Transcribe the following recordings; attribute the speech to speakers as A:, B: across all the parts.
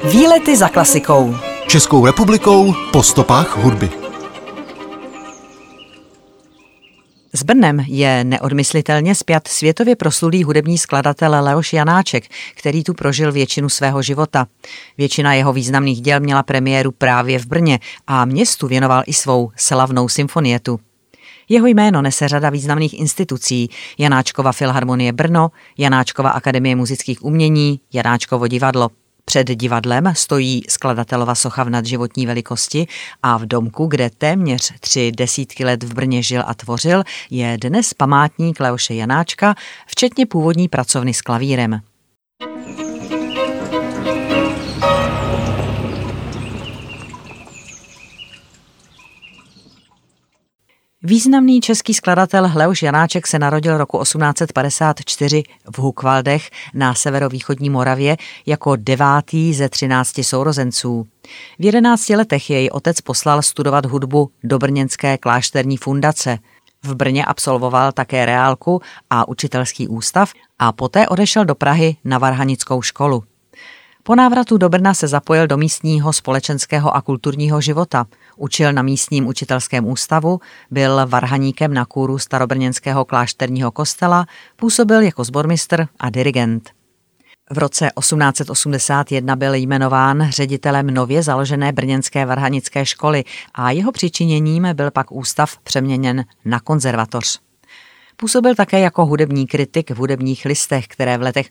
A: Výlety za klasikou.
B: Českou republikou po stopách hudby.
A: S Brnem je neodmyslitelně spjat světově proslulý hudební skladatel Leoš Janáček, který tu prožil většinu svého života. Většina jeho významných děl měla premiéru právě v Brně a městu věnoval i svou slavnou symfonietu. Jeho jméno nese řada významných institucí: Janáčkova filharmonie Brno, Janáčkova akademie muzických umění, Janáčkovo divadlo. Před divadlem stojí skladatelova socha v nadživotní velikosti a v domku, kde téměř 3 desítky let v Brně žil a tvořil, je dnes památník Leoše Janáčka, včetně původní pracovny s klavírem. Významný český skladatel Leoš Janáček se narodil roku 1854 v Hukvaldech na severovýchodní Moravě jako 9. ze 13 sourozenců. V 11 letech jej otec poslal studovat hudbu do brněnské klášterní fundace. V Brně absolvoval také reálku a učitelský ústav a poté odešel do Prahy na varhanickou školu. Po návratu do Brna se zapojil do místního společenského a kulturního života. Učil na místním učitelském ústavu, byl varhaníkem na kůru starobrněnského klášterního kostela, působil jako sbormistr a dirigent. V roce 1881 byl jmenován ředitelem nově založené brněnské varhanické školy a jeho přičiněním byl pak ústav přeměněn na konzervatoř. Působil také jako hudební kritik v hudebních listech, které v letech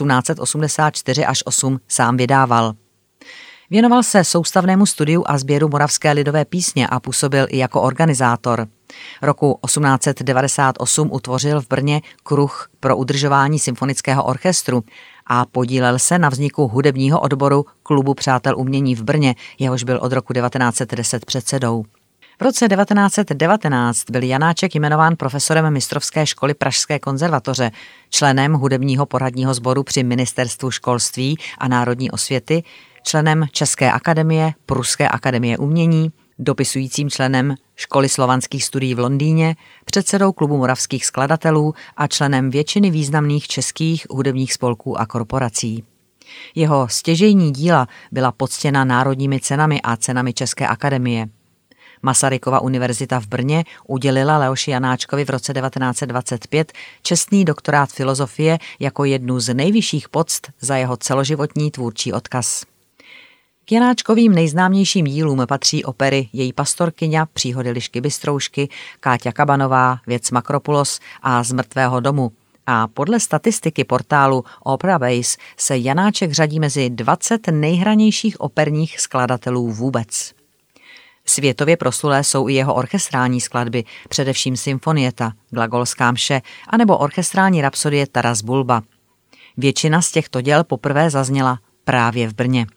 A: 1884 až 8 sám vydával. Věnoval se soustavnému studiu a sběru moravské lidové písně a působil i jako organizátor. Roku 1898 utvořil v Brně kruh pro udržování symfonického orchestru a podílel se na vzniku hudebního odboru Klubu přátel umění v Brně, jehož byl od roku 1910 předsedou. V roce 1919 byl Janáček jmenován profesorem mistrovské školy Pražské konzervatoře, členem hudebního poradního sboru při Ministerstvu školství a národní osvěty, členem České akademie, Pruské akademie umění, dopisujícím členem Školy slovanských studií v Londýně, předsedou Klubu moravských skladatelů a členem většiny významných českých hudebních spolků a korporací. Jeho stěžejní díla byla poctěna národními cenami a cenami České akademie. Masarykova univerzita v Brně udělila Leoši Janáčkovi v roce 1925 čestný doktorát filozofie jako jednu z nejvyšších poct za jeho celoživotní tvůrčí odkaz. K Janáčkovým nejznámějším dílům patří opery Její pastorkyňa, Příhody Lišky Bystroušky, Káťa Kabanová, Věc Makropulos a Z mrtvého domu. A podle statistiky portálu Opera Base se Janáček řadí mezi 20 nejhranějších operních skladatelů vůbec. Světově proslulé jsou i jeho orchestrální skladby, především symfonieta, Glagolská mše anebo orchestrální rapsodie Taras Bulba. Většina z těchto děl poprvé zazněla právě v Brně.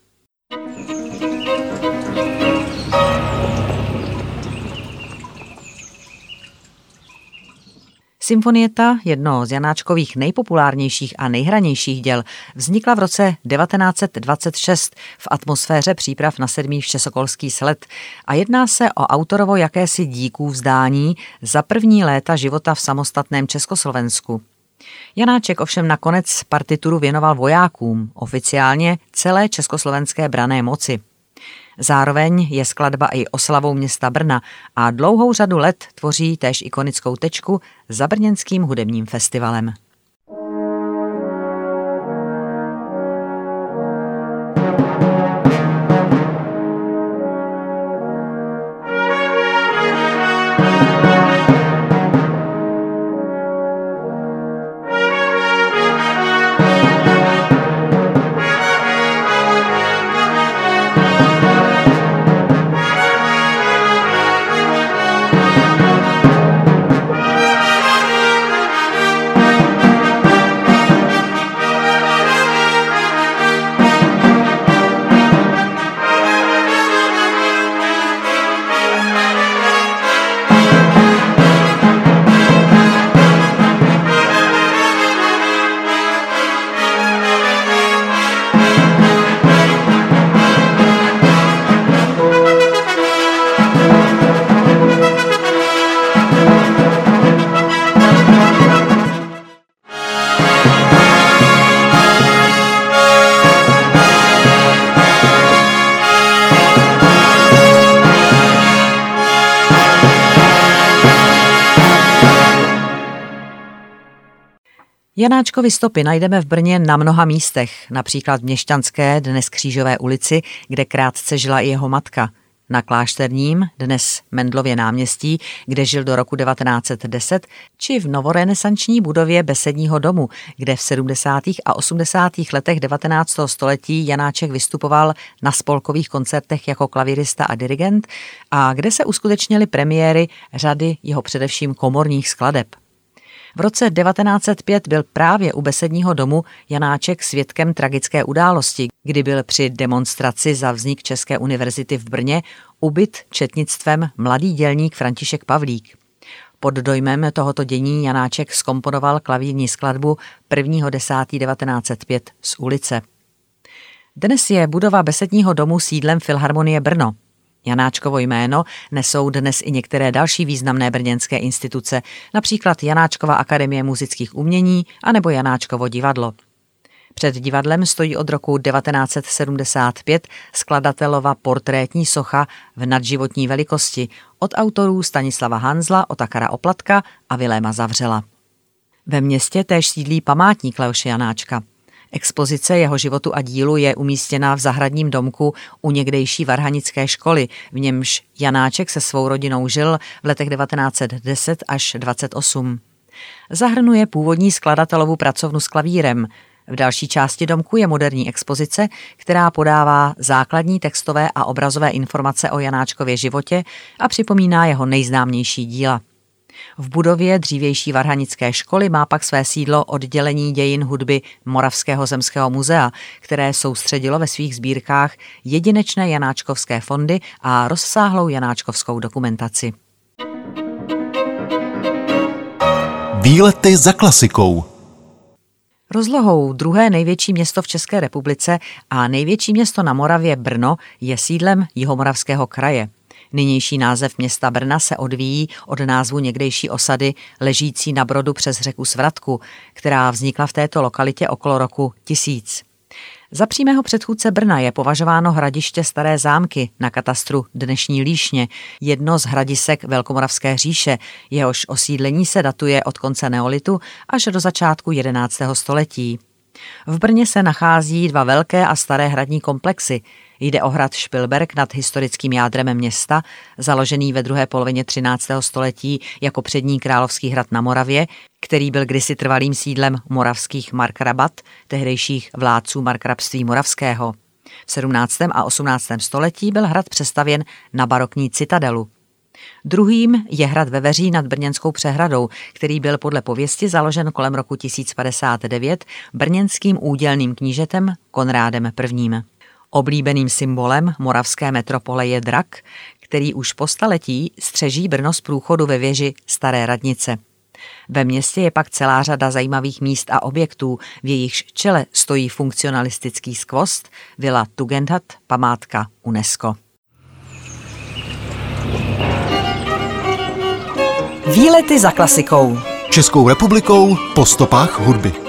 A: Symfonieta, jedno z Janáčkových nejpopulárnějších a nejhranějších děl, vznikla v roce 1926 v atmosféře příprav na 7. všesokolský slet a jedná se o autorovo jakési díků vzdání za první léta života v samostatném Československu. Janáček ovšem nakonec partituru věnoval vojákům, oficiálně celé československé branné moci. Zároveň je skladba i oslavou města Brna a dlouhou řadu let tvoří též ikonickou tečku za brněnským hudebním festivalem. Janáčkovy stopy najdeme v Brně na mnoha místech, například v Měšťanské, dnes Křížové ulici, kde krátce žila i jeho matka, na Klášterním, dnes Mendlově náměstí, kde žil do roku 1910, či v novorenesanční budově Besedního domu, kde v 70. a 80. letech 19. století Janáček vystupoval na spolkových koncertech jako klavírista a dirigent a kde se uskutečnily premiéry řady jeho především komorních skladeb. V roce 1905 byl právě u Besedního domu Janáček svědkem tragické události, kdy byl při demonstraci za vznik České univerzity v Brně ubit četnictvem mladý dělník František Pavlík. Pod dojmem tohoto dění Janáček zkomponoval klavírní skladbu 1.10.1905 z ulice. Dnes je budova Besedního domu sídlem Filharmonie Brno. Janáčkovo jméno nesou dnes i některé další významné brněnské instituce, například Janáčkova akademie muzických umění anebo Janáčkovo divadlo. Před divadlem stojí od roku 1975 skladatelova portrétní socha v nadživotní velikosti od autorů Stanislava Hanzla, Otakara Oplatka a Viléma Zavřela. Ve městě též sídlí památník Leoše Janáčka. Expozice jeho životu a dílu je umístěna v zahradním domku u někdejší varhanické školy, v němž Janáček se svou rodinou žil v letech 1910 až 28. Zahrnuje původní skladatelovu pracovnu s klavírem. V další části domku je moderní expozice, která podává základní textové a obrazové informace o Janáčkově životě a připomíná jeho nejznámější díla. V budově dřívější varhanické školy má pak své sídlo oddělení dějin hudby Moravského zemského muzea, které soustředilo ve svých sbírkách jedinečné janáčkovské fondy a rozsáhlou janáčkovskou dokumentaci.
B: Výlety za klasikou.
A: Rozlohou druhé největší město v České republice a největší město na Moravě Brno je sídlem Jihomoravského kraje. Nynější název města Brna se odvíjí od názvu někdejší osady ležící na brodu přes řeku Svratku, která vznikla v této lokalitě okolo roku 1000. Za přímého předchůdce Brna je považováno hradiště Staré Zámky na katastru dnešní Líšně, jedno z hradisek Velkomoravské říše, jehož osídlení se datuje od konce neolitu až do začátku 11. století. V Brně se nachází dva velké a staré hradní komplexy. Jde o hrad Špilberk nad historickým jádrem města, založený ve druhé polovině 13. století jako přední královský hrad na Moravě, který byl kdysi trvalým sídlem moravských markrabat, tehdejších vládců markrabství moravského. V 17. a 18. století byl hrad přestavěn na barokní citadelu. Druhým je hrad Veveří nad Brněnskou přehradou, který byl podle pověsti založen kolem roku 1059 brněnským údělným knížetem Konrádem I. Oblíbeným symbolem moravské metropole je drak, který už po staletí střeží Brno z průchodu ve věži Staré radnice. Ve městě je pak celá řada zajímavých míst a objektů, v jejichž čele stojí funkcionalistický skvost, vila Tugendhat, památka UNESCO.
C: Výlety za klasikou.
B: Českou republikou po stopách hudby.